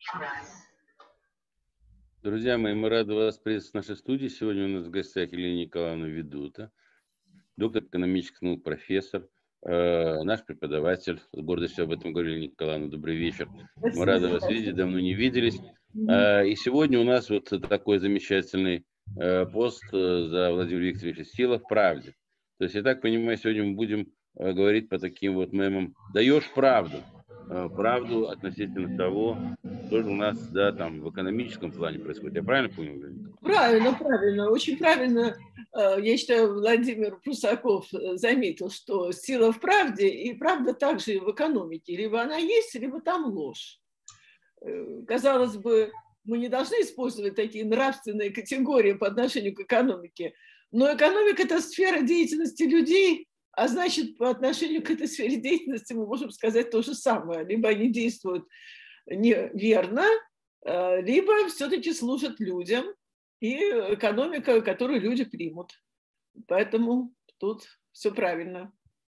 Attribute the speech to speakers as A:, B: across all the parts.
A: Друзья мои, мы рады вас приветствовать в нашей студии. Сегодня у нас в гостях Елена Николаевна Ведута, доктор экономических наук, профессор, наш преподаватель. С гордостью об этом говорили, Елена Николаевна. Добрый вечер. Мы рады вас видеть, давно не виделись. И сегодня у нас вот такой замечательный пост за Владимира Викторовича «Сила в правде». То есть, я так понимаю, сегодня мы будем говорить по таким вот мемам «даешь правду». Правду относительно того, что же у нас, да, там в экономическом плане происходит. Я правильно понял?
B: Правильно, правильно, очень правильно. Я считаю, Владимир Прусаков заметил, что сила в правде, и правда также и в экономике. Либо она есть, либо там ложь. Казалось бы, мы не должны использовать такие нравственные категории по отношению к экономике, но экономика – это сфера деятельности людей, а значит, по отношению к этой сфере деятельности мы можем сказать то же самое. Либо они действуют неверно, либо все-таки служат людям, и экономика, которую люди примут. Поэтому тут все правильно.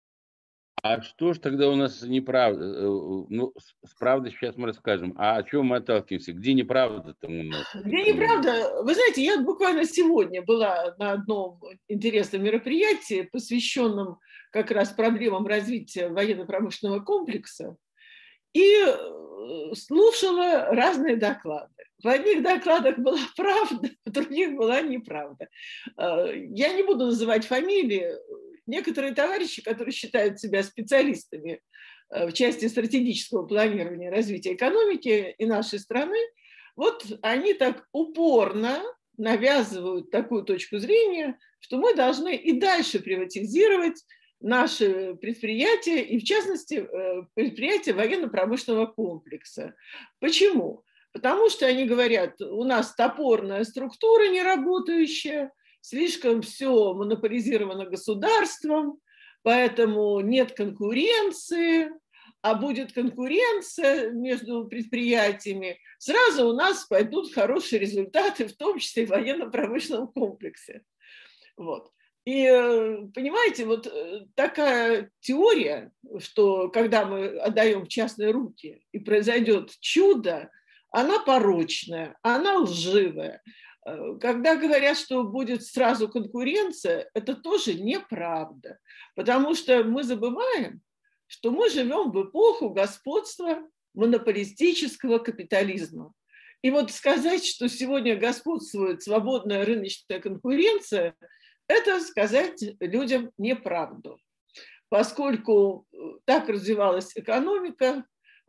A: А что же тогда у нас неправда? Ну, с правдой сейчас мы расскажем. А о чем мы отталкиваемся? Где неправда-то у нас?
B: Где неправда? Вы знаете, я буквально сегодня была на одном интересном мероприятии, посвященном как раз проблемам развития военно-промышленного комплекса, и слушала разные доклады. В одних докладах была правда, в других была неправда. Я не буду называть фамилии. Некоторые товарищи, которые считают себя специалистами в части стратегического планирования развития экономики и нашей страны, вот они так упорно навязывают такую точку зрения, что мы должны и дальше приватизировать наши предприятия, и в частности предприятия военно-промышленного комплекса. Почему? Потому что они говорят, у нас топорная структура неработающая, слишком все монополизировано государством, поэтому нет конкуренции, а будет конкуренция между предприятиями, сразу у нас пойдут хорошие результаты, в том числе и в военно-промышленном комплексе. Вот. И понимаете, вот такая теория, что когда мы отдаем в частные руки и произойдет чудо, она порочная, она лживая. Когда говорят, что будет сразу конкуренция, это тоже неправда, потому что мы забываем, что мы живем в эпоху господства монополистического капитализма. И вот сказать, что сегодня господствует свободная рыночная конкуренция, это сказать людям неправду, поскольку так развивалась экономика,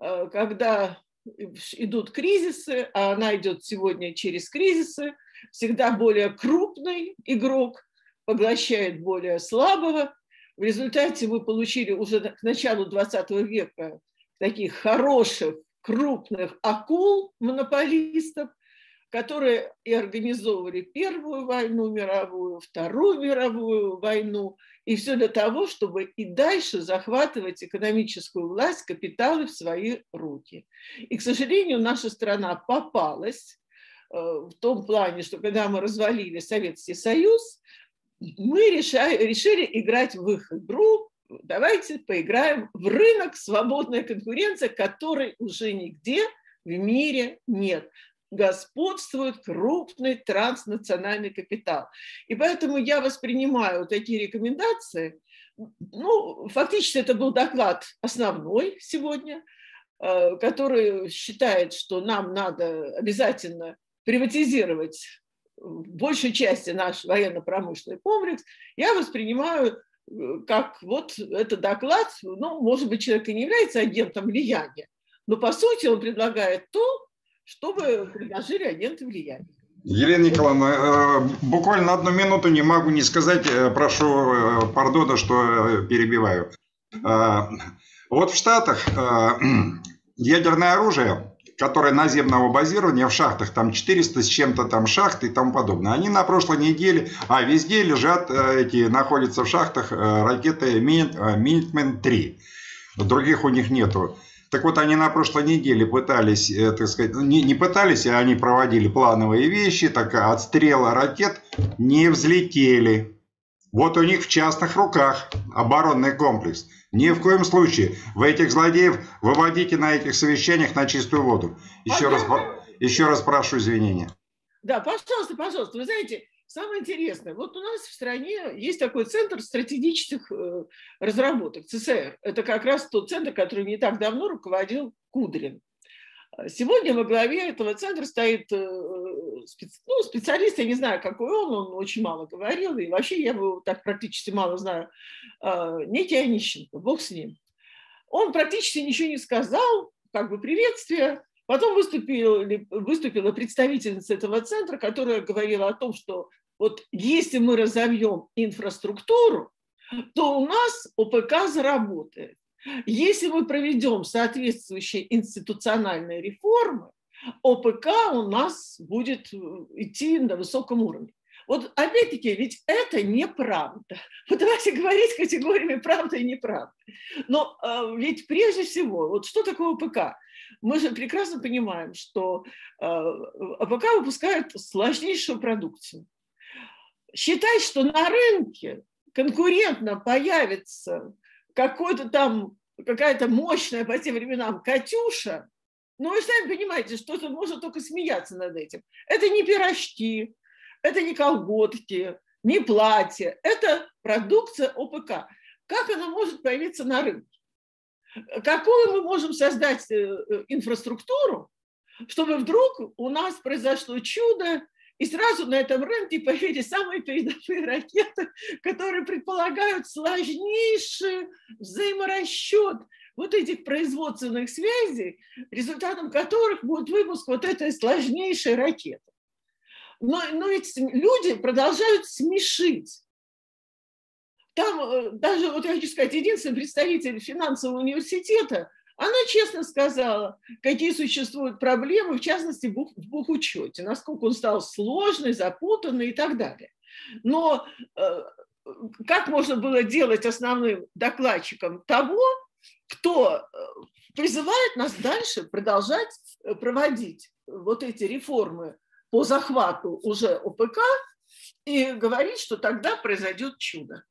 B: когда идут кризисы, а она идет сегодня через кризисы, всегда более крупный игрок поглощает более слабого. В результате мы получили уже к началу 20 века таких хороших, крупных акул, монополистов, которые и организовывали Первую войну мировую, Вторую мировую войну, и все для того, чтобы и дальше захватывать экономическую власть, капиталы в свои руки. И, к сожалению, наша страна попалась в том плане, что когда мы развалили Советский Союз, мы решили играть в их игру. Давайте поиграем в рынок, свободная конкуренция, которой уже нигде в мире нет. Господствует крупный транснациональный капитал. И поэтому я воспринимаю такие рекомендации. Ну, фактически это был доклад основной сегодня, который считает, что нам надо обязательно приватизировать в большей части наш военно-промышленный комплекс. Я воспринимаю как вот этот доклад, ну, может быть, человек и не является агентом влияния, но по сути он предлагает то, чтобы предложили агенты влияния.
C: Елена Николаевна, буквально одну минуту не могу не сказать, прошу пардона, что перебиваю. Вот в Штатах ядерное оружие, которое наземного базирования в шахтах, там 400 с чем-то там шахт и тому подобное, они на прошлой неделе, везде лежат, находятся в шахтах ракеты Minuteman-3, других у них нету. Так вот, они на прошлой неделе пытались, так сказать, не пытались, а они проводили плановые вещи, так отстрелы ракет не взлетели. Вот у них в частных руках оборонный комплекс. Ни в коем случае вы этих злодеев выводите на этих совещаниях на чистую воду. Еще раз прошу извинения.
B: Да, пожалуйста, пожалуйста. Вы знаете, самое интересное, вот у нас в стране есть такой центр стратегических разработок, ЦСР. Это как раз тот центр, который не так давно руководил Кудрин. Сегодня во главе этого центра стоит специалист, я не знаю, какой он очень мало говорил, и вообще я его так практически мало знаю, некий Онищенко, бог с ним. Он практически ничего не сказал, как бы приветствие. Потом выступила представительница этого центра, которая говорила о том, что вот если мы разовьем инфраструктуру, то у нас ОПК заработает. Если мы проведем соответствующие институциональные реформы, ОПК у нас будет идти на высоком уровне. Вот опять-таки, ведь это неправда. Вот давайте говорить категориями правда и неправда. Но ведь прежде всего, вот что такое ОПК? Мы же прекрасно понимаем, что ОПК выпускает сложнейшую продукцию. Считать, что на рынке конкурентно появится какая-то мощная по тем временам «Катюша», ну, вы сами понимаете, что это можно только смеяться над этим. Это не пирожки, это не колготки, не платье, это продукция ОПК. Как она может появиться на рынке? Какую мы можем создать инфраструктуру, чтобы вдруг у нас произошло чудо, и сразу на этом рынке появились самые передовые ракеты, которые предполагают сложнейший взаиморасчет вот этих производственных связей, результатом которых будет выпуск вот этой сложнейшей ракеты. Но ведь люди продолжают смешить. Там даже, вот я хочу сказать, единственный представитель финансового университета, она честно сказала, какие существуют проблемы, в частности, в бухучете, насколько он стал сложный, запутанный и так далее. Но как можно было делать основным докладчиком того, кто призывает нас дальше продолжать проводить вот эти реформы по захвату уже ОПК и говорить, что тогда произойдет чудо.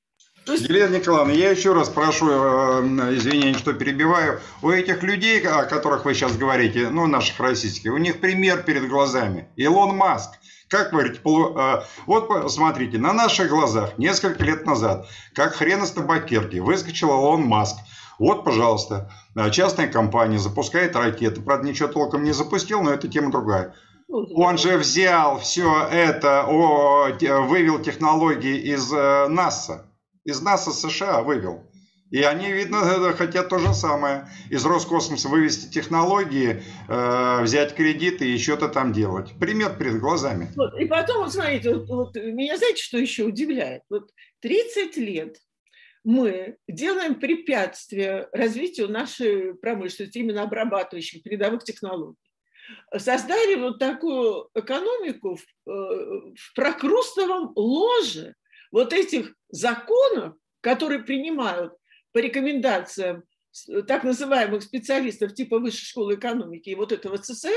C: Елена Николаевна, я еще раз прошу извинения, что перебиваю. У этих людей, о которых вы сейчас говорите, ну, наших российских, у них пример перед глазами. Илон Маск. Как вы говорите, вот смотрите, на наших глазах несколько лет назад, как хрен из табакерки, выскочил Илон Маск. Вот, пожалуйста, частная компания запускает ракеты. Правда, ничего толком не запустил, но это тема другая. Он же взял все это, вывел технологии из НАСА. Из НАСА США вывел. И они, видно, хотят то же самое. Из Роскосмоса вывести технологии, взять кредиты и что-то там делать. Пример перед глазами.
B: Вот, и потом, вот смотрите, вот меня знаете, что еще удивляет? Вот 30 лет мы делаем препятствия развитию нашей промышленности, именно обрабатывающих передовых технологий. Создали вот такую экономику в прокрустовом ложе вот этих законов, которые принимают по рекомендациям так называемых специалистов типа Высшей школы экономики и вот этого ЦСР,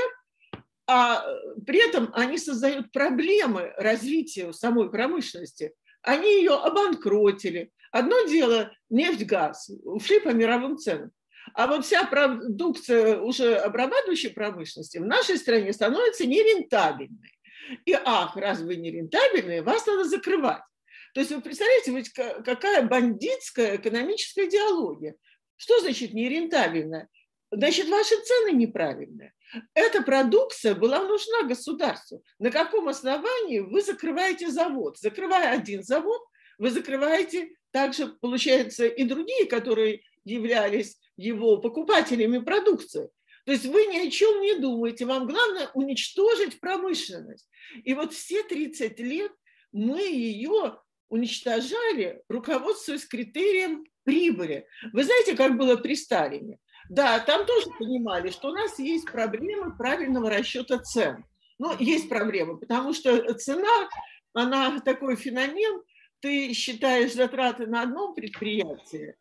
B: а при этом они создают проблемы развитию самой промышленности. Они ее обанкротили. Одно дело нефть, газ, ушли по мировым ценам. А вот вся продукция уже обрабатывающей промышленности в нашей стране становится нерентабельной. И разве не рентабельные, вас надо закрывать. То есть вы представляете, ведь какая бандитская экономическая идеология. Что значит нерентабельная? Значит, ваши цены неправильные. Эта продукция была нужна государству. На каком основании вы закрываете завод? Закрывая один завод, вы закрываете также, получается, и другие, которые являлись его покупателями продукции. То есть вы ни о чем не думаете, вам главное уничтожить промышленность. И вот все 30 лет мы ее уничтожали, руководствуясь критерием прибыли. Вы знаете, как было при Сталине? Да, там тоже понимали, что у нас есть проблемы правильного расчета цен. Ну, есть проблемы, потому что цена, она такой феномен, ты считаешь затраты на одном предприятии,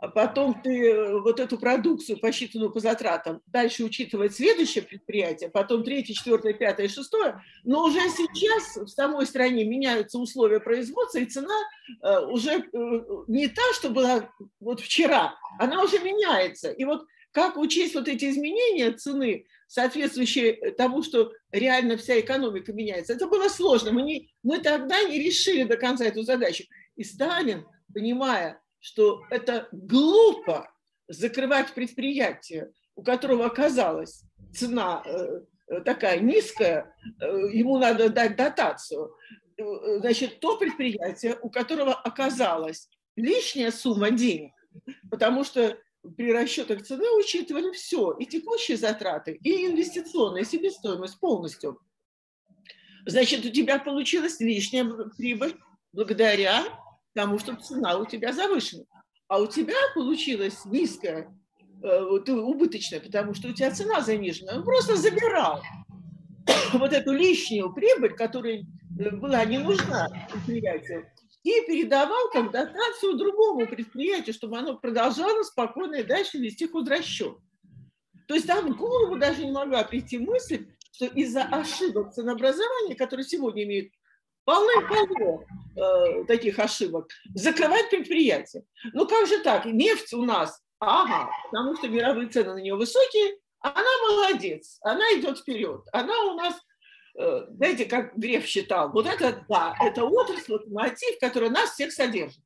B: а потом ты вот эту продукцию, посчитанную по затратам, дальше учитывать следующее предприятие, потом третье, четвертое, пятое, шестое, но уже сейчас в самой стране меняются условия производства, и цена уже не та, что была вот вчера, она уже меняется. И вот как учесть вот эти изменения цены, соответствующие тому, что реально вся экономика меняется, это было сложно. Мы тогда не решили до конца эту задачу. И Сталин, понимая, что это глупо закрывать предприятие, у которого оказалась цена такая низкая, ему надо дать дотацию. Значит, то предприятие, у которого оказалась лишняя сумма денег, потому что при расчетах цены учитывали все, и текущие затраты, и инвестиционная себестоимость полностью. Значит, у тебя получилась лишняя прибыль благодаря тому, что цена у тебя завышена. А у тебя получилась низкая, убыточная, потому что у тебя цена занижена. Он просто забирал вот эту лишнюю прибыль, которая была не нужна предприятию, и передавал как дотацию другому предприятию, чтобы оно продолжало спокойно и дальше вести хозрасчет. То есть там в голову даже не могла прийти мысль, что из-за ошибок ценообразования, которые сегодня имеют полно таких ошибок, закрывать предприятие. Ну как же так? Нефть у нас, потому что мировые цены на нее высокие, она молодец, она идет вперед, она у нас, знаете, как Греф считал, вот это, да, это отрасль, локомотив, который нас всех содержит.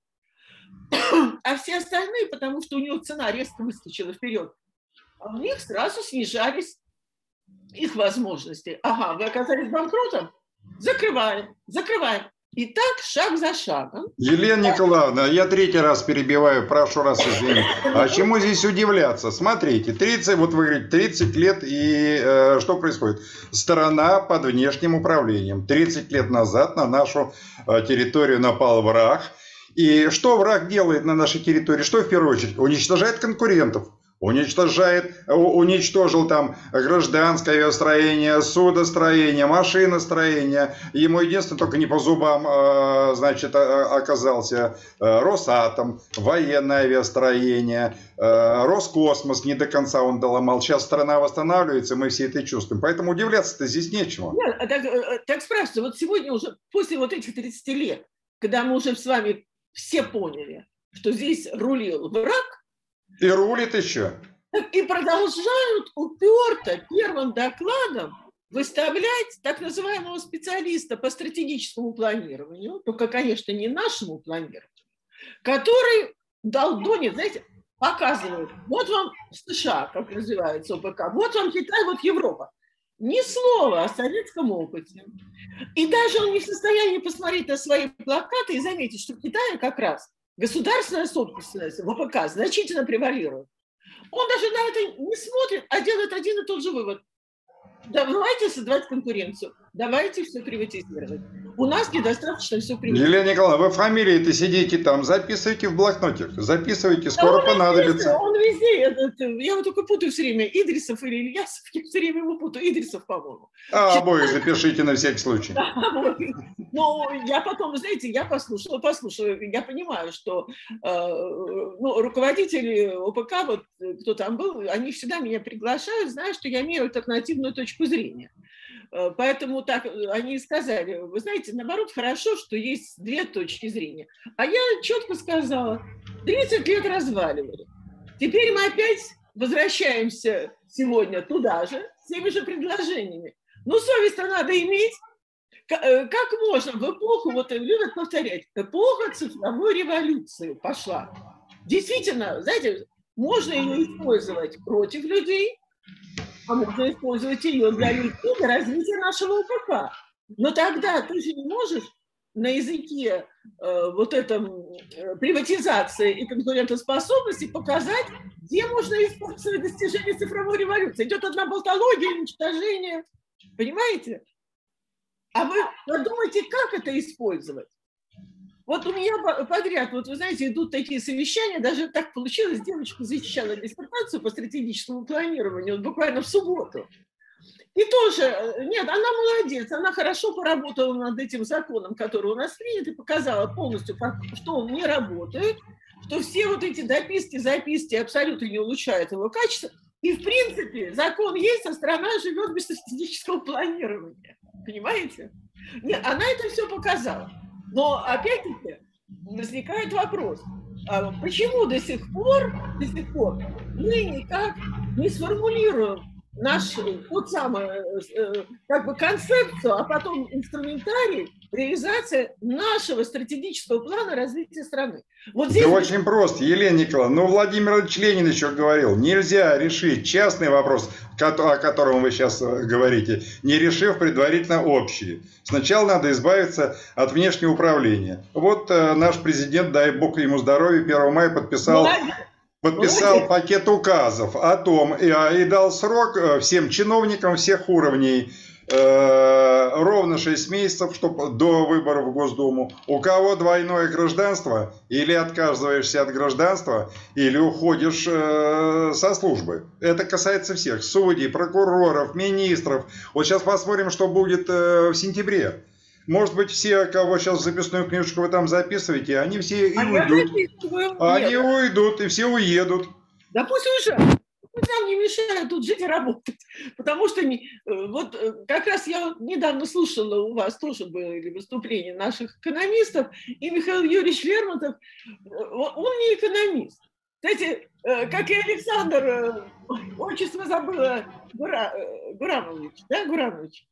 B: А все остальные, потому что у него цена резко выскочила вперед, а у них сразу снижались их возможности. Вы оказались банкротом? Закрываем. И так шаг за шагом.
C: Елена Николаевна, я третий раз перебиваю, прошу раз извинить. А чему здесь удивляться? Смотрите, 30, вот вы говорите, 30 лет, и что происходит? Страна под внешним управлением. 30 лет назад на нашу территорию напал враг. И что враг делает на нашей территории? Что в первую очередь? Уничтожает конкурентов. Уничтожил там гражданское авиастроение, судостроение, машиностроение. Ему единственное только не по зубам, значит, оказался Росатом, военное авиастроение, Роскосмос не до конца он доломал. Сейчас страна восстанавливается, мы все это чувствуем. Поэтому удивляться-то здесь нечего.
B: Нет, так спрашивается, вот сегодня уже, после вот этих 30 лет, когда мы уже с вами все поняли, что здесь рулил враг,
C: и рулит еще.
B: И продолжают уперто первым докладом выставлять так называемого специалиста по стратегическому планированию, только, конечно, не нашему планированию, который долдонит, знаете, показывает, вот вам США, как называется ОПК, вот вам Китай, вот Европа. Ни слова о советском опыте. И даже он не в состоянии посмотреть на свои плакаты и заметить, что в Китае как раз государственная собственность в ОПК значительно превалирует. Он даже на это не смотрит, а делает один и тот же вывод. Давайте создавать конкуренцию, давайте все приватизировать. У нас недостаточно все приватизировать.
C: Елена Николаевна, вы фамилии-то сидите там, записывайте в блокнотик, записывайте, скоро понадобится.
B: Он везде, я его только путаю все время, Идрисов или Ильясов, я все время его путаю, Идрисов, по-моему.
C: Обоих запишите на всякий случай.
B: Но я потом, знаете, я послушала, я понимаю, что руководители ОПК, вот кто там был, они всегда меня приглашают, зная, что я имею альтернативную точку зрения. Поэтому так они сказали, вы знаете, наоборот, хорошо, что есть две точки зрения. А я четко сказала, 30 лет разваливали. Теперь мы опять возвращаемся сегодня туда же, с теми же предложениями. Но совесть-то надо иметь. Как можно в эпоху, вот любят повторять, эпоха цифровой революции пошла. Действительно, знаете, можно ее использовать против людей, а можно использовать ее для развития нашего ОПК. Но тогда ты же не можешь на языке вот этом приватизации и конкурентоспособности показать, где можно использовать достижения цифровой революции. Идет одна болтология, уничтожение. Понимаете? А вы подумайте, как это использовать. Вот у меня подряд, вот вы знаете, идут такие совещания, даже так получилось, девочка защищала диссертацию по стратегическому планированию, вот буквально в субботу. И тоже, нет, она молодец, она хорошо поработала над этим законом, который у нас принят, и показала полностью, что он не работает, что все вот эти дописки, записки абсолютно не улучшают его качество. И, в принципе, закон есть, а страна живет без стратегического планирования. Понимаете? Нет, она это все показала. Но, опять-таки, возникает вопрос, почему до сих пор мы никак не сформулируем тот самый, как бы концепцию, а потом инструментарий реализации нашего стратегического плана развития страны. Вот здесь...
C: Это очень просто, Елена Николаевна. Ну, Владимир Ильич Ленин еще говорил, нельзя решить частный вопрос, о котором вы сейчас говорите, не решив предварительно общий. Сначала надо избавиться от внешнего управления. Вот наш президент, дай бог ему здоровья, 1 мая подписал пакет указов о том и дал срок всем чиновникам всех уровней, ровно 6 месяцев, чтобы до выборов в Госдуму. У кого двойное гражданство, или отказываешься от гражданства, или уходишь со службы. Это касается всех: судей, прокуроров, министров. Вот сейчас посмотрим, что будет в сентябре. Может быть, все, кого сейчас в записную книжку вы там записываете, они все и уйдут. Они уйдут, и все уедут.
B: Да пусть уезжают. Пусть нам не мешают тут жить и работать. Потому что вот как раз я недавно слушала, у вас тоже были выступления наших экономистов, и Михаил Юрьевич Лермонтов, он не экономист. Кстати, как и Александр, отчество забыла, Гуранович, да, Гуранович?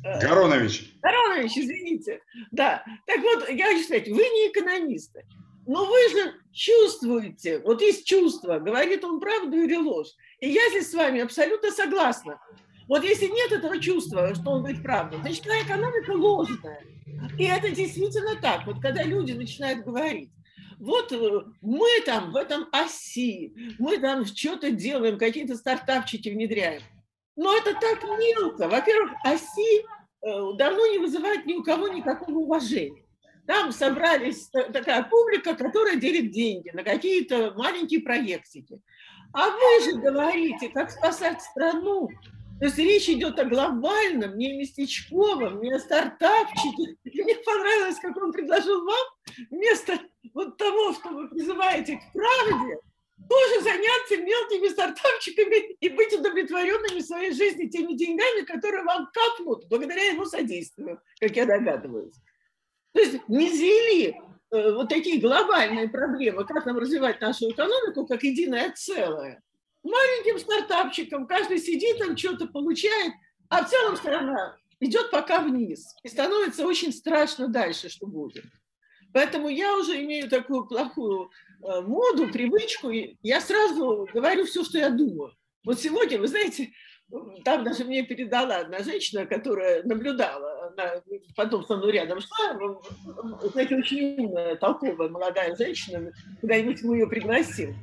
B: Горонович, извините. Да. Так вот, я хочу сказать, вы не экономисты, но вы же чувствуете, вот есть чувство, говорит он правду или ложь. И я здесь с вами абсолютно согласна. Вот если нет этого чувства, что он говорит правду, значит, твоя экономика ложная. И это действительно так. Вот когда люди начинают говорить, вот мы там в этом оси, мы там что-то делаем, какие-то стартапчики внедряем. Но это так мелко. Во-первых, оси давно не вызывает ни у кого никакого уважения. Там собрались такая публика, которая делит деньги на какие-то маленькие проектики. А вы же говорите, как спасать страну. То есть речь идет о глобальном, не местечковом, не о стартапчике. И мне понравилось, как он предложил вам вместо вот того, что вы призываете к правде, тоже заняться мелкими стартапчиками и быть удовлетворенными в своей жизни теми деньгами, которые вам капнут благодаря его содействию, как я догадываюсь. То есть не звели вот такие глобальные проблемы, как нам развивать нашу экономику, как единое целое. Маленьким стартапчикам каждый сидит, там что-то получает, а в целом страна идет пока вниз. И становится очень страшно дальше, что будет. Поэтому я уже имею такую плохую моду, привычку, и я сразу говорю все, что я думаю. Вот сегодня, вы знаете, там даже мне передала одна женщина, которая наблюдала, она потом со мной рядом шла, знаете, очень умная, толковая молодая женщина, куда-нибудь мы ее пригласим.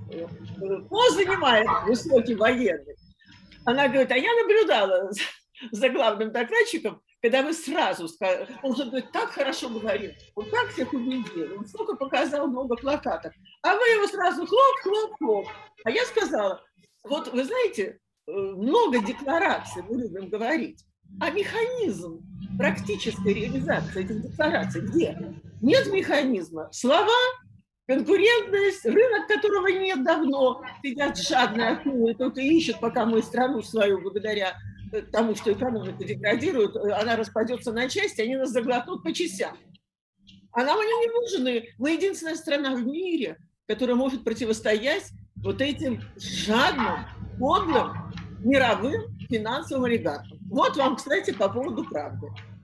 B: Пост занимает высокий военный. Она говорит, а я наблюдала за главным докладчиком, когда вы сразу сказали, он же говорит, так хорошо говорит, он так всех убедил, он столько показал, много плакатов, а вы его сразу хлоп. А я сказала, вот вы знаете, много деклараций мы любим говорить, а механизм практической реализации этих деклараций где? Нет механизма. Слова, конкурентность, рынок, которого нет давно, сидят жадные акулы, только ищут, пока мы страну свою благодаря тому, что экономика деградирует, она распадется на части, они нас заглотнут по частям. А нам они не нужны. Мы единственная страна в мире, которая может противостоять вот этим жадным, подлым, мировым финансовым олигархам. Вот вам, кстати, по поводу правды.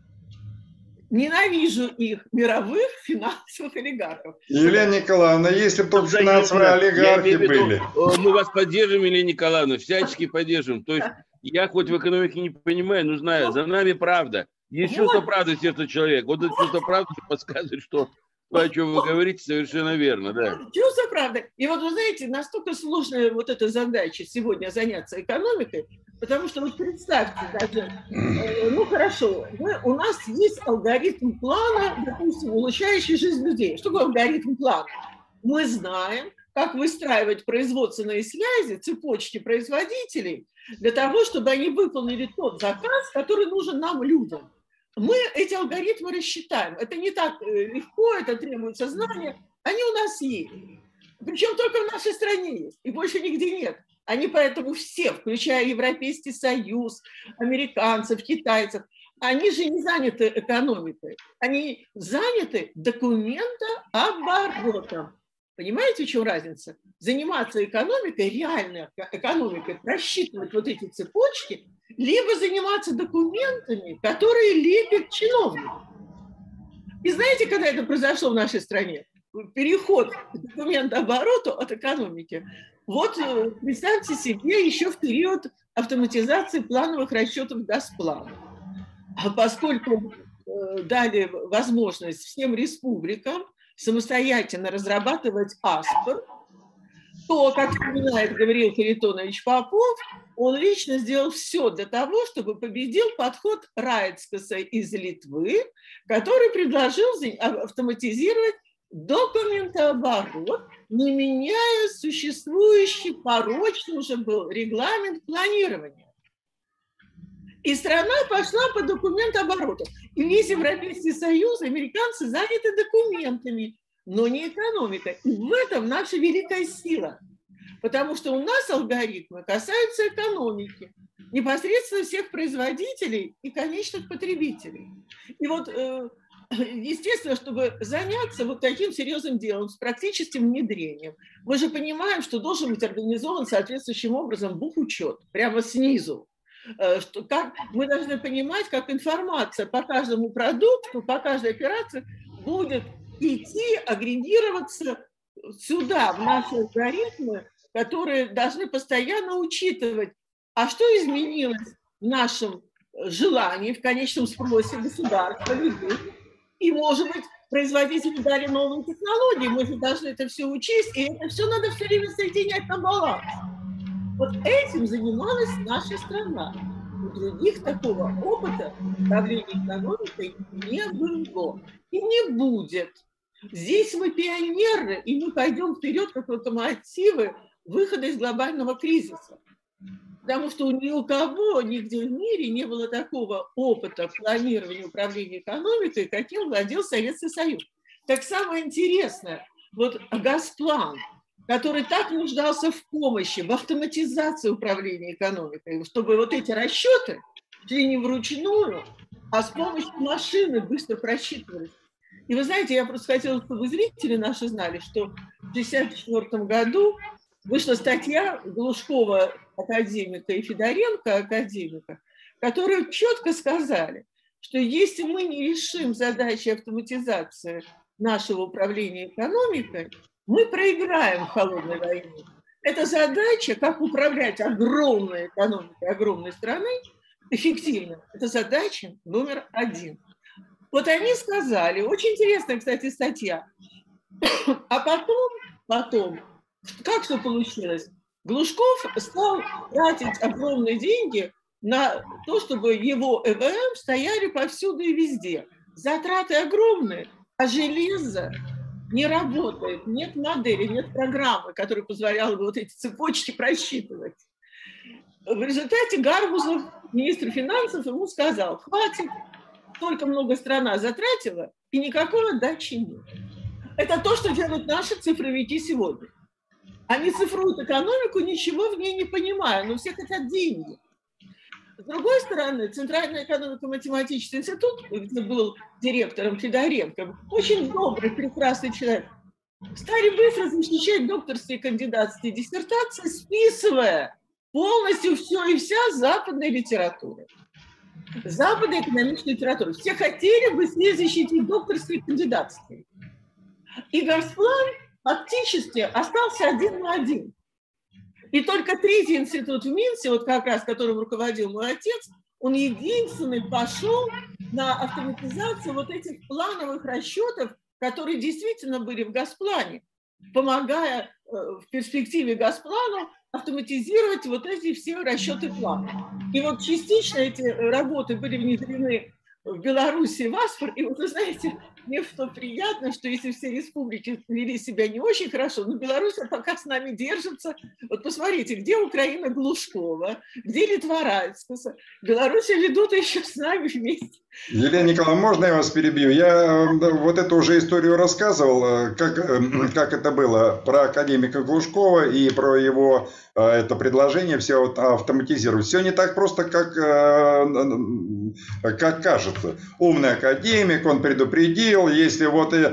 B: Ненавижу их, мировых финансовых олигархов.
C: Елена Николаевна, если бы только финансовые олигархи были.
A: Мы вас поддержим, Елена Николаевна, всячески поддержим. То есть я хоть в экономике не понимаю, но знаю, за нами правда. Есть чувство правды в сердце человека. Вот это чувство правды подсказывает, что то, о чем вы говорите, совершенно верно. Да.
B: Чувство правды. И вот вы знаете, настолько сложная вот эта задача сегодня заняться экономикой, потому что вот представьте даже, ну хорошо, у нас есть алгоритм плана, допустим, улучшающий жизнь людей. Что такое алгоритм плана? Мы знаем, как выстраивать производственные связи, цепочки производителей, для того, чтобы они выполнили тот заказ, который нужен нам, людям. Мы эти алгоритмы рассчитаем. Это не так легко, это требует знания. Они у нас есть. Причем только в нашей стране есть, и больше нигде нет. Они поэтому все, включая Европейский Союз, американцев, китайцев, они же не заняты экономикой, они заняты документооборотом. Понимаете, в чем разница? Заниматься экономикой, реальной экономикой, просчитывать вот эти цепочки, либо заниматься документами, которые лепят чиновники. И знаете, когда это произошло в нашей стране? Переход к документообороту от экономики. Вот представьте себе еще в период автоматизации плановых расчетов Госплана. А поскольку дали возможность всем республикам самостоятельно разрабатывать АСПР, то, как вспоминает Гавриил Харитонович Попов, он лично сделал все для того, чтобы победил подход Райцкаса из Литвы, который предложил автоматизировать документооборот, не меняя существующий порочный уже был регламент планирования. И страна пошла по документообороту. И весь Европейский Союз, американцы заняты документами, но не экономикой. И в этом наша великая сила. Потому что у нас алгоритмы касаются экономики, непосредственно всех производителей и конечных потребителей. И вот, естественно, чтобы заняться вот таким серьезным делом, с практическим внедрением, мы же понимаем, что должен быть организован соответствующим образом бухучет, прямо снизу. Что мы должны понимать, как информация по каждому продукту, по каждой операции будет идти, агрегироваться сюда, в наши алгоритмы, которые должны постоянно учитывать, а что изменилось в нашем желании, в конечном спросе государства, людей. И, может быть, производители дали новые технологии, мы же должны это все учесть, и это все надо все время соединять на баланс. Вот этим занималась наша страна. У других такого опыта управления экономикой не было и не будет. Здесь мы пионеры, и мы пойдем вперед, как локомотивы выхода из глобального кризиса. Потому что ни у кого, нигде в мире не было такого опыта планирования управления экономикой, каким владел Советский Союз. Так самое интересное, вот Госплан, который так нуждался в помощи, в автоматизации управления экономикой, чтобы вот эти расчеты шли не вручную, а с помощью машины быстро просчитывались. И вы знаете, я просто хотела, чтобы зрители наши знали, что в 1964 году вышла статья Глушкова академика и Федоренко академика, которые четко сказали, что если мы не решим задачи автоматизации нашего управления экономикой, мы проиграем в холодной войне. Это задача, как управлять огромной экономикой, огромной страной эффективно. Это задача номер один. Вот они сказали, очень интересная, кстати, статья. А потом, как что получилось? Глушков стал тратить огромные деньги на то, чтобы его ЭВМ стояли повсюду и везде. Затраты огромные, а железо не работает, нет модели, нет программы, которая позволяла бы вот эти цепочки просчитывать. В результате Гарбузов, министр финансов, ему сказал, хватит, столько много страна затратила, и никакой отдачи нет. Это то, что делают наши цифровики сегодня. Они цифруют экономику, ничего в ней не понимая, но все хотят деньги. С другой стороны, Центральный экономико-математический институт, где был директором Федоренко, очень добрый, прекрасный человек, стали быстро защищать докторские и кандидатские диссертации, списывая полностью все и вся западная литература. Западная экономическая литература. Все хотели быстрее защитить докторские и кандидатские. И Госплан фактически остался один на один. И только третий институт в Минске, вот как раз которым руководил мой отец, он единственный пошел на автоматизацию вот этих плановых расчетов, которые действительно были в Госплане, помогая в перспективе Госплану автоматизировать вот эти все расчеты плана. И вот частично эти работы были внедрены в Беларуси Васпор, и вот вы знаете, мне что приятно, что если все республики вели себя не очень хорошо, но Беларусь пока с нами держится. Вот посмотрите, где Украина Глушкова, где Литва Райцкуса. Беларусь ведут еще с нами вместе.
C: Елена Николаевна, можно я вас перебью? Я вот эту уже историю рассказывал, как это было, про академика Глушкова и про его это предложение все вот автоматизировать. Все не так просто, как кажется. Умный академик, он предупредил, если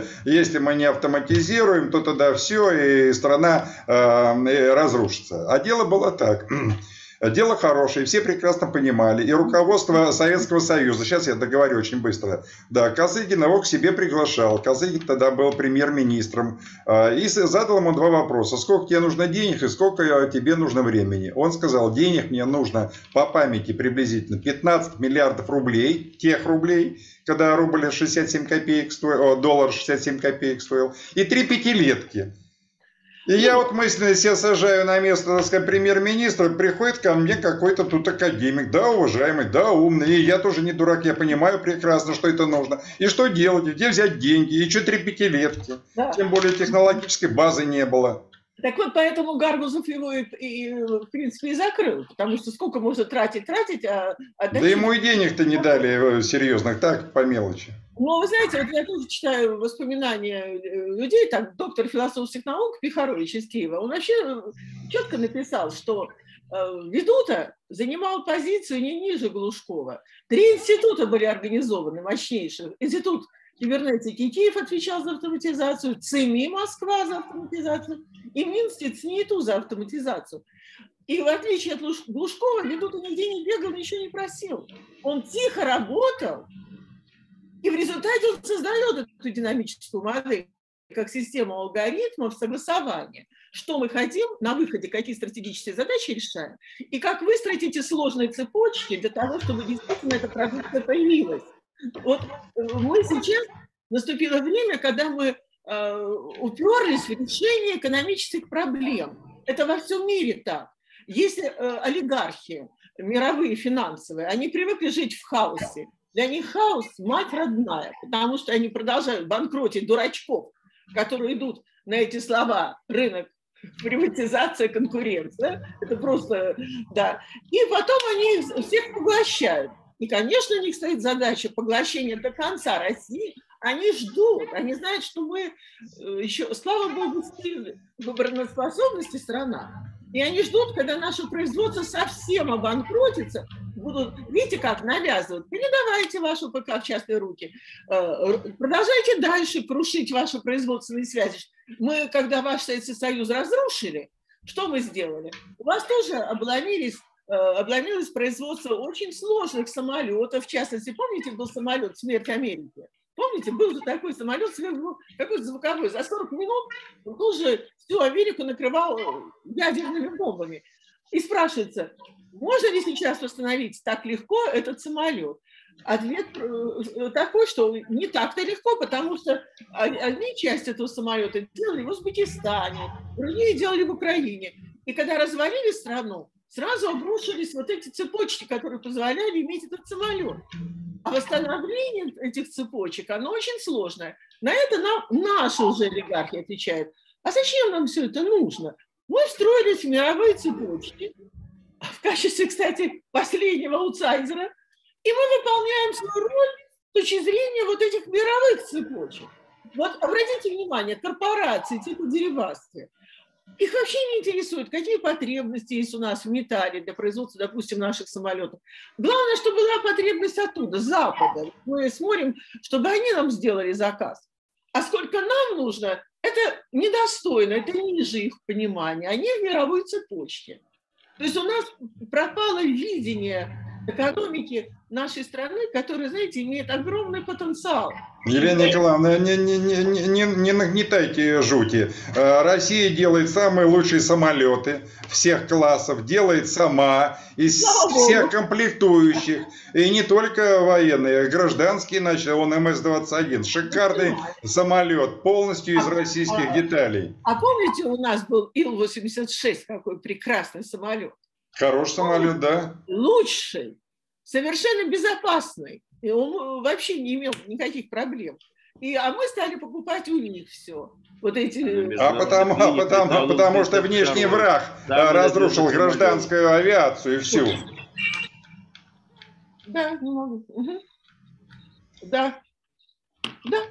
C: мы не автоматизируем, то тогда все, и страна разрушится. А дело было так. Дело хорошее, все прекрасно понимали. И руководство Советского Союза, сейчас я договорю очень быстро, да, Косыгин его к себе приглашал. Косыгин тогда был премьер-министром. И задал ему два вопроса. Сколько тебе нужно денег и сколько тебе нужно времени? Он сказал, денег мне нужно по памяти приблизительно 15 миллиардов рублей, тех рублей, когда рубль 67 копеек стоил, доллар 67 копеек стоил, и 3 пятилетки. И я вот мысленно себя сажаю на место, так сказать, премьер-министра, приходит ко мне какой-то тут академик, да, уважаемый, да, умный, и я тоже не дурак, я понимаю прекрасно, что это нужно. И что делать, где взять деньги, и что 3 пятилетки, да. Тем более технологической базы не было.
B: Так вот, поэтому Гарбузов его и в принципе, и закрыл, потому что сколько можно тратить, а
C: да ему и денег-то не дали серьезных, так, по мелочи.
B: Ну, вы знаете, вот я тоже читаю воспоминания людей, так, доктор философских наук Пихарович из Киева, он вообще четко написал, что Ведута занимал позицию не ниже Глушкова. 3 института были организованы, мощнейших. Институт кибернетики Киев отвечал за автоматизацию, ЦИМИ Москва за автоматизацию и Минский ЦНИИТУ за автоматизацию. И в отличие от Глушкова, Ведута нигде не бегал, ничего не просил. Он тихо работал, и в результате он создает эту динамическую модель, как систему алгоритмов согласования. Что мы хотим на выходе, какие стратегические задачи решаем, и как выстроить эти сложные цепочки для того, чтобы действительно эта продукция появилась. Вот мы сейчас, наступило время, когда мы уперлись в решение экономических проблем. Это во всем мире так. Если олигархи, мировые, финансовые, они привыкли жить в хаосе, для них хаос – мать родная, потому что они продолжают банкротить дурачков, которые идут на эти слова «рынок», «приватизация», «конкуренция». Это просто, да. И потом они всех поглощают. И, конечно, у них стоит задача поглощения до конца России. Они ждут, они знают, что мы еще, слава богу, в обороноспособности страна. И они ждут, когда наше производство совсем обанкротится, будут, видите, как навязывают, передавайте вашу ПК в частные руки, продолжайте дальше крушить ваши производственные связи. Мы, когда ваш Советский Союз разрушили, что мы сделали? У вас тоже обломилось производство очень сложных самолетов, в частности, помните, был самолет «Смерть Америки»? Помните, был же такой самолет, какой-то звуковой, за 40 минут он тоже всю Америку накрывал ядерными бомбами. И спрашивается, можно ли сейчас восстановить так легко этот самолет? Ответ такой, что не так-то легко, потому что одни части этого самолета делали в Узбекистане, другие делали в Украине. И когда развалили страну, сразу обрушились вот эти цепочки, которые позволяли иметь этот самолет. А восстановление этих цепочек, оно очень сложное. На это наши уже олигархи отвечают. А зачем нам все это нужно? Мы встроились в мировые цепочки, в качестве, кстати, последнего аутсайдера, и мы выполняем свою роль с точки зрения вот этих мировых цепочек. Вот обратите внимание, корпорации типа Дерибасты, их вообще не интересует, какие потребности есть у нас в металле для производства, допустим, наших самолетов. Главное, чтобы была потребность оттуда, с Запада. Мы смотрим, чтобы они нам сделали заказ. А сколько нам нужно, это недостойно, это ниже их понимания. Они в мировой цепочке. То есть у нас пропало видение экономики нашей страны, которая, знаете, имеет огромный потенциал.
C: Елена Николаевна, не нагнетайте жути. Россия делает самые лучшие самолеты всех классов, делает сама, из всех комплектующих. И не только военные, гражданские начали, он МС-21. Шикарный самолет, полностью из российских деталей.
B: А помните, у нас был Ил-86, какой прекрасный самолет?
C: Хороший самолет, да.
B: Лучший, совершенно безопасный. И он вообще не имел никаких проблем. А мы стали покупать у них все. Вот эти...
C: Потому что внешний враг разрушил гражданскую авиацию и всю.
B: Да, не могу. Угу. Да. Да.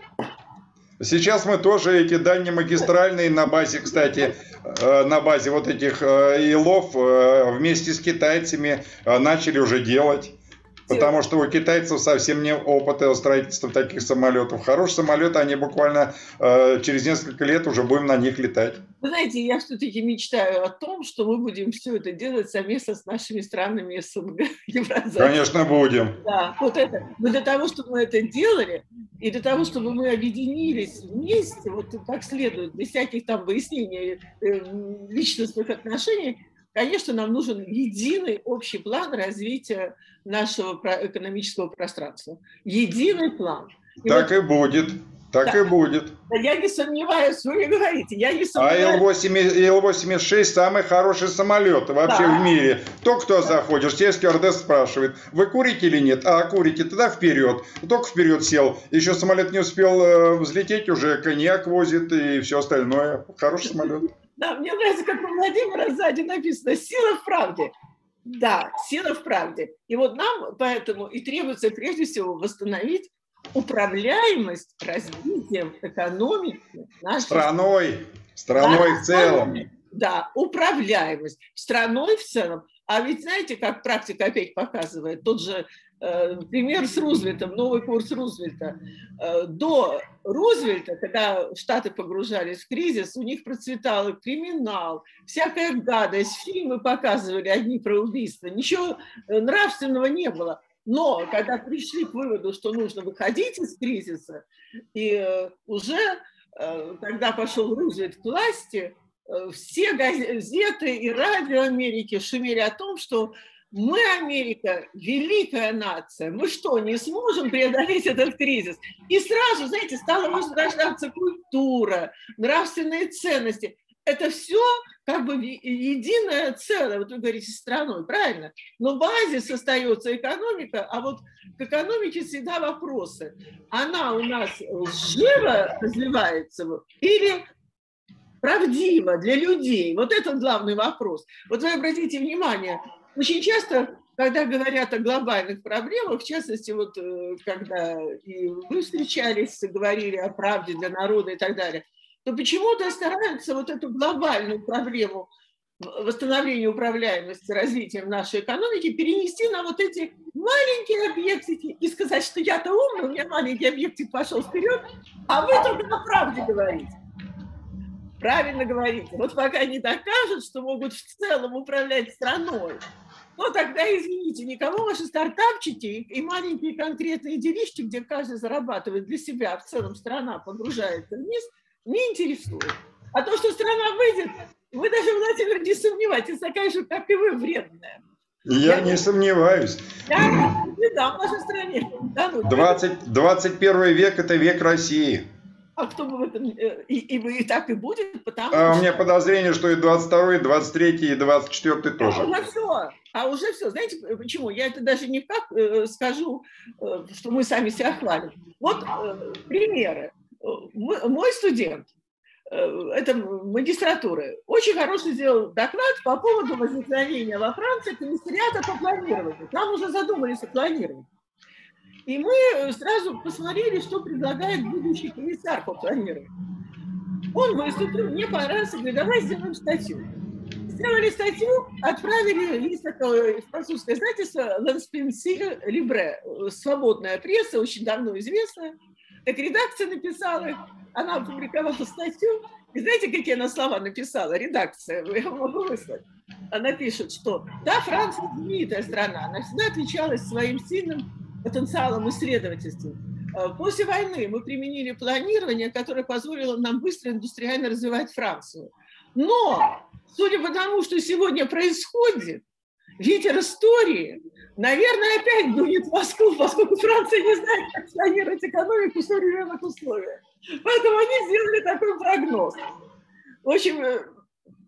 C: Сейчас мы тоже эти дальнемагистральные на базе, кстати, на базе вот этих илов вместе с китайцами начали уже делать. Потому что у китайцев совсем нет опыта строительства таких самолетов. Хорошие самолеты, они буквально через несколько лет уже будем на них летать.
B: Вы знаете, я все-таки мечтаю о том, что мы будем все это делать совместно с нашими странами СНГ, Евразии.
C: Конечно, будем.
B: Да, вот это. Но для того, чтобы мы это делали, и для того, чтобы мы объединились вместе, вот как следует, без всяких там выяснений личностных отношений, конечно, нам нужен единый общий план развития нашего экономического пространства. Единый план.
C: Так и будет. Так и будет.
B: Я не сомневаюсь, вы говорите, я не сомневаюсь.
C: А Ил-86 самый хороший самолет вообще в мире. Кто заходишь, тебе стюардесса спрашивает, вы курите или нет? А, курите, тогда вперед. Только вперед сел. Еще самолет не успел взлететь, уже коньяк возит и все остальное. Хороший самолет.
B: Да, мне нравится, как у Владимира сзади написано «Сила в правде». Да, сила в правде. И вот нам поэтому и требуется прежде всего восстановить управляемость развитием экономики нашей
C: страной в целом.
B: Да, управляемость страной в целом. А ведь знаете, как практика опять показывает, тот же пример с Рузвельтом, новый курс Рузвельта. До Рузвельта, когда Штаты погружались в кризис, у них процветал криминал, всякая гадость, фильмы показывали одни про убийства, ничего нравственного не было. Но когда пришли к выводу, что нужно выходить из кризиса, и уже когда пошел Рузвельт к власти, все газеты и радио Америки шумели о том, что мы, Америка, великая нация, мы что, не сможем преодолеть этот кризис? И сразу, знаете, стала возрождаться культура, нравственные ценности. Это все как бы единое целое, вот вы говорите, страной, правильно? Но базис остается экономика, а вот к экономике всегда вопросы. Она у нас живо развивается или правдиво для людей? Вот это главный вопрос. Вот вы обратите внимание, очень часто, когда говорят о глобальных проблемах, в частности, вот когда и вы встречались, говорили о правде для народа и так далее, то почему-то стараются вот эту глобальную проблему восстановления управляемости, развитием нашей экономики перенести на вот эти маленькие объектики и сказать, что я-то умный, у меня маленький объектик пошел вперед, а вы только о правде говорите. Правильно говорите. Вот пока не докажут, что могут в целом управлять страной, ну тогда, извините, никого ваши стартапчики и маленькие конкретные делишки, где каждый зарабатывает для себя, в целом страна погружается вниз, не интересует. А то, что страна выйдет, вы даже, Владимир, не сомневайтесь, такая же, как и вы, вредная.
C: Я не сомневаюсь.
B: Да, в нашей стране. Да, ну,
C: 21 век – это век России.
B: А кто бы в этом... И так и будет, потому
C: что... У меня подозрение, что и 22, и 23, и 24 тоже.
B: А уже все. Знаете, почему? Я это даже не как скажу, что мы сами себя хвалим. Вот примеры. Мой студент, это магистратуры, очень хороший сделал доклад по поводу возникновения во Франции комиссариата по планированию. Там уже задумались о планировании. И мы сразу посмотрели, что предлагает будущий комиссар по планированию. Он выступил, мне понравился, говорит, давай сделаем статью. Сделали статью, отправили, есть такое французское издательство «L'Inspensile Libre», свободная пресса, очень давно известная. Так редакция написала, она опубликовала статью, и знаете, какие она слова написала, редакция, я могу выслать. Она пишет, что да, Франция знаменитая страна, она всегда отличалась своим сильным потенциалом исследовательства. После войны мы применили планирование, которое позволило нам быстро индустриально развивать Францию. Но, судя по тому, что сегодня происходит, ветер истории, наверное, опять дует в Москву, поскольку Франция не знает, как планировать экономику в современных условиях. Поэтому они сделали такой прогноз. В общем,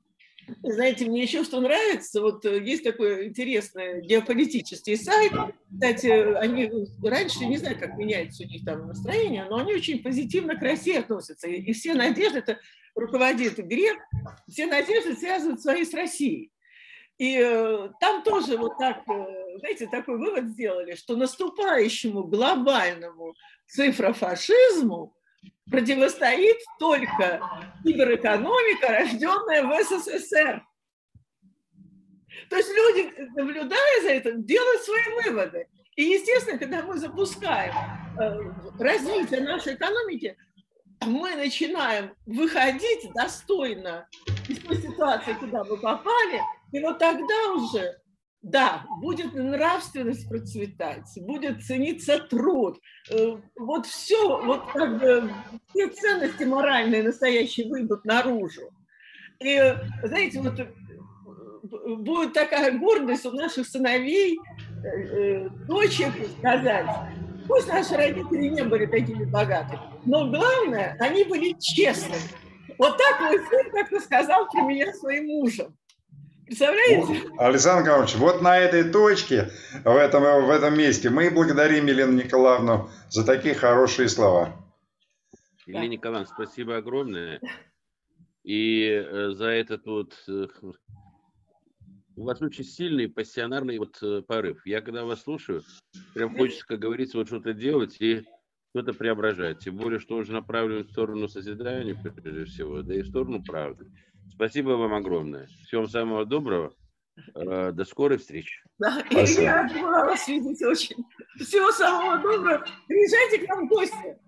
B: Знаете, мне еще что нравится, вот есть такой интересный геополитический сайт, кстати, они раньше, не знаю, как меняется у них там настроение, но они очень позитивно к России относятся, и все надежды, это руководит Грек, все надежды связывают свои с Россией. И там тоже вот так, знаете, такой вывод сделали, что наступающему глобальному цифрофашизму противостоит только киберэкономика, рожденная в СССР. То есть люди, наблюдая за этим, делают свои выводы. И, естественно, когда мы запускаем развитие нашей экономики, мы начинаем выходить достойно из той ситуации, куда мы попали, и вот тогда уже, да, будет нравственность процветать, будет цениться труд, вот все, вот как бы все ценности моральные настоящие выйдут наружу. И, знаете, вот будет такая гордость у наших сыновей, дочек сказать, пусть наши родители не были такими богатыми, но главное, они были честными. Вот так мой сын как-то сказал про меня своим мужем. Представляете?
C: Александр Николаевич, вот на этой точке, в этом месте, мы благодарим Елену Николаевну за такие хорошие слова.
A: Елена Николаевна, спасибо огромное. И за этот вот... У вас очень сильный пассионарный вот порыв. Я когда вас слушаю, прям хочется, как говорится, вот что-то делать и что-то преображать. Тем более, что уже направлен в сторону созидания, прежде всего, да и в сторону правды. Спасибо вам огромное. Всего самого доброго. До скорой встречи.
B: Да, и я была вас видеть очень. Всего самого доброго. Приезжайте к нам в гости.